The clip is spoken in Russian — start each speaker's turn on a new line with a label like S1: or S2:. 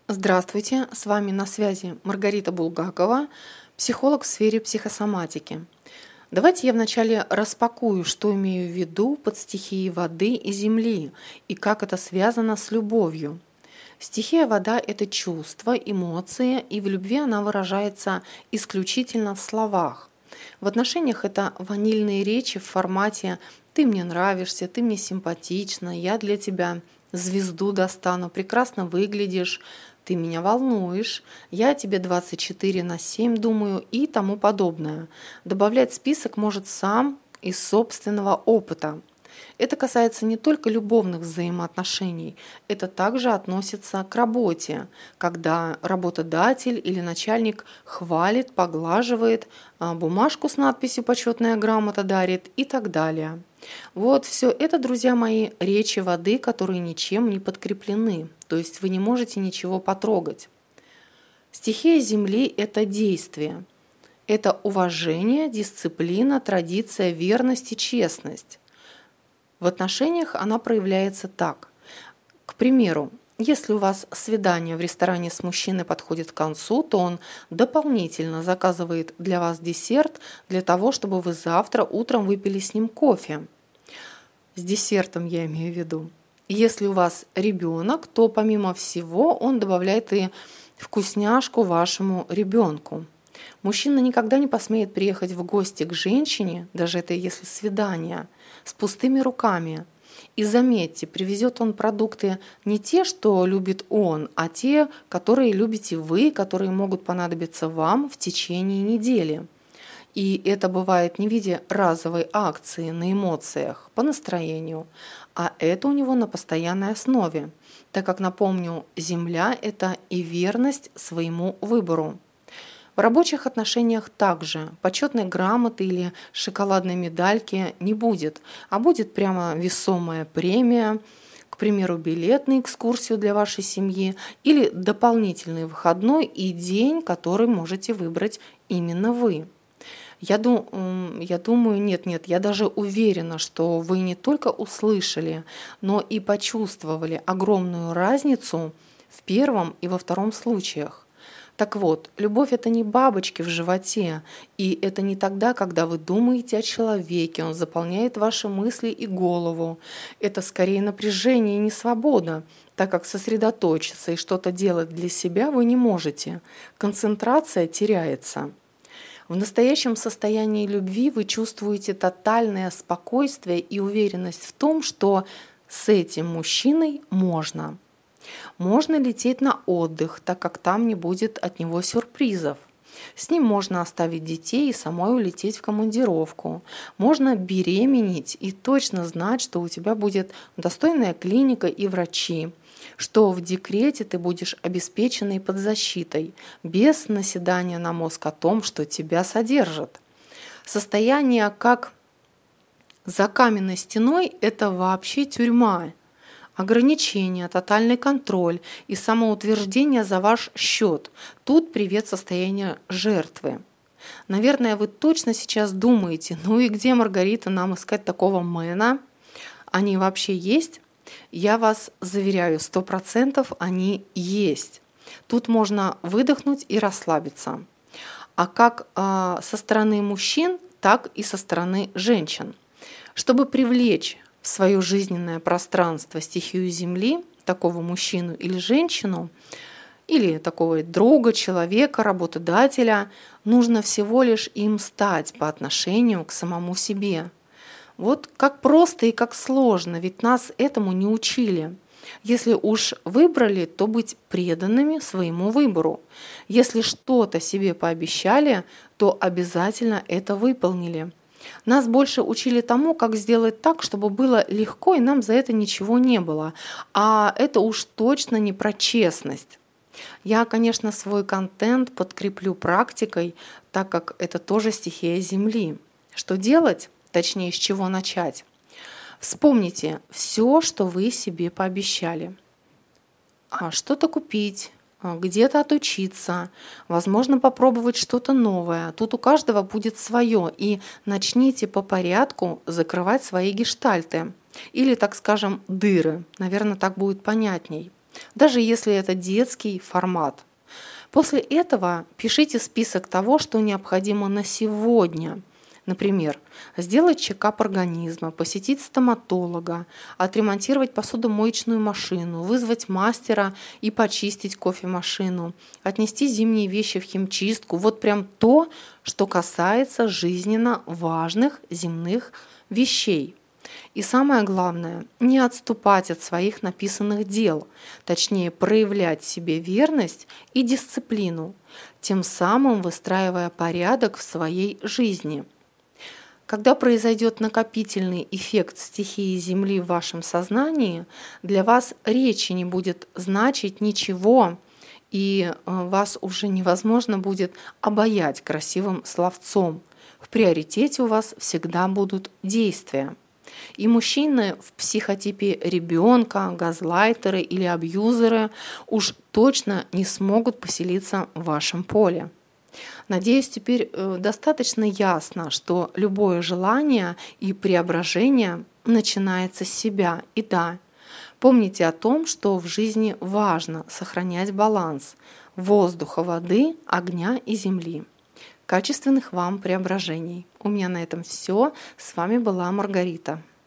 S1: Здравствуйте, с вами на связи Маргарита Булгакова, психолог в сфере психосоматики. Давайте я вначале распакую, что имею в виду под стихией воды и земли и как это связано с любовью. Стихия вода– это чувство, эмоции, и в любви она выражается исключительно в словах. В отношениях это ванильные речи в формате «ты мне нравишься», «ты мне симпатична», «я для тебя звезду достану», «прекрасно выглядишь», «ты меня волнуешь», «я о тебе 24/7 думаю» и тому подобное. Добавлять список может сам из собственного опыта. Это касается не только любовных взаимоотношений, это также относится к работе, когда работодатель или начальник хвалит, поглаживает, бумажку с надписью «Почетная грамота» дарит и так далее. Вот все это, друзья мои, речи воды, которые ничем не подкреплены, то есть вы не можете ничего потрогать. Стихия Земли– это действие. Это уважение, дисциплина, традиция, верность и честность. В отношениях она проявляется так. К примеру, если у вас свидание в ресторане с мужчиной подходит к концу, то он дополнительно заказывает для вас десерт для того, чтобы вы завтра утром выпили с ним кофе. С десертом я имею в виду. Если у вас ребенок, то помимо всего он добавляет и вкусняшку вашему ребенку. Мужчина никогда не посмеет приехать в гости к женщине, даже это если свидание, с пустыми руками. И заметьте, привезет он продукты не те, что любит он, а те, которые любите вы, которые могут понадобиться вам в течение недели. И это бывает не в виде разовой акции на эмоциях, по настроению, а это у него на постоянной основе, так как, напомню, земля – это и верность своему выбору. В рабочих отношениях также почетной грамоты или шоколадной медальки не будет, а будет прямо весомая премия, к примеру, билет на экскурсию для вашей семьи или дополнительный выходной и день, который можете выбрать именно вы. Я думаю, я даже уверена, что вы не только услышали, но и почувствовали огромную разницу в первом и во втором случаях. Так вот, любовь– это не бабочки в животе, и это не тогда, когда вы думаете о человеке, он заполняет ваши мысли и голову. Это скорее напряжение и несвобода, так как сосредоточиться и что-то делать для себя вы не можете. Концентрация теряется. В настоящем состоянии любви вы чувствуете тотальное спокойствие и уверенность в том, что с этим мужчиной можно. Можно лететь на отдых, так как там не будет от него сюрпризов. С ним можно оставить детей и самой улететь в командировку. Можно беременеть и точно знать, что у тебя будет достойная клиника и врачи, что в декрете ты будешь обеспеченной под защитой, без наседания на мозг о том, что тебя содержат. Состояние как за каменной стеной – это вообще тюрьма. Ограничения, тотальный контроль и самоутверждение за ваш счет. Тут привет состояние жертвы. Наверное, вы точно сейчас думаете, ну и где, Маргарита, нам искать такого мэна? Они вообще есть? Я вас заверяю, 100% они есть. Тут можно выдохнуть и расслабиться. А как со стороны мужчин, так и со стороны женщин. Чтобы привлечь в свое жизненное пространство стихию Земли, такого мужчину или женщину, или такого друга, человека, работодателя, нужно всего лишь им стать по отношению к самому себе. Вот как просто и как сложно, ведь нас этому не учили. Если уж выбрали, то быть преданными своему выбору. Если что-то себе пообещали, то обязательно это выполнили. Нас больше учили тому, как сделать так, чтобы было легко и нам за это ничего не было. А это уж точно не про честность. Я, конечно, свой контент подкреплю практикой, так как это тоже стихия Земли. Что делать? Точнее, с чего начать? Вспомните все, что вы себе пообещали. Что-то купить, где-то отучиться, возможно, попробовать что-то новое. Тут у каждого будет свое, и начните по порядку закрывать свои гештальты или, так скажем, дыры. Наверное, так будет понятней. даже если это детский формат. После этого пишите список того, что необходимо на сегодня. Например, сделать чекап организма, посетить стоматолога, отремонтировать посудомоечную машину, вызвать мастера и почистить кофемашину, отнести зимние вещи в химчистку. Вот прям то, что касается жизненно важных земных вещей. И самое главное, не отступать от своих написанных дел, точнее проявлять себе верность и дисциплину, тем самым выстраивая порядок в своей жизни. Когда произойдет накопительный эффект стихии Земли в вашем сознании, для вас речи не будет значить ничего, и вас уже невозможно будет обаять красивым словцом. В приоритете у вас всегда будут действия. И мужчины в психотипе ребенка, газлайтеры или абьюзеры уж точно не смогут поселиться в вашем поле. Надеюсь, теперь достаточно ясно, что любое желание и преображение начинается с себя. И да, помните о том, что в жизни важно сохранять баланс воздуха, воды, огня и земли. Качественных вам преображений. У меня на этом все. С вами была Маргарита.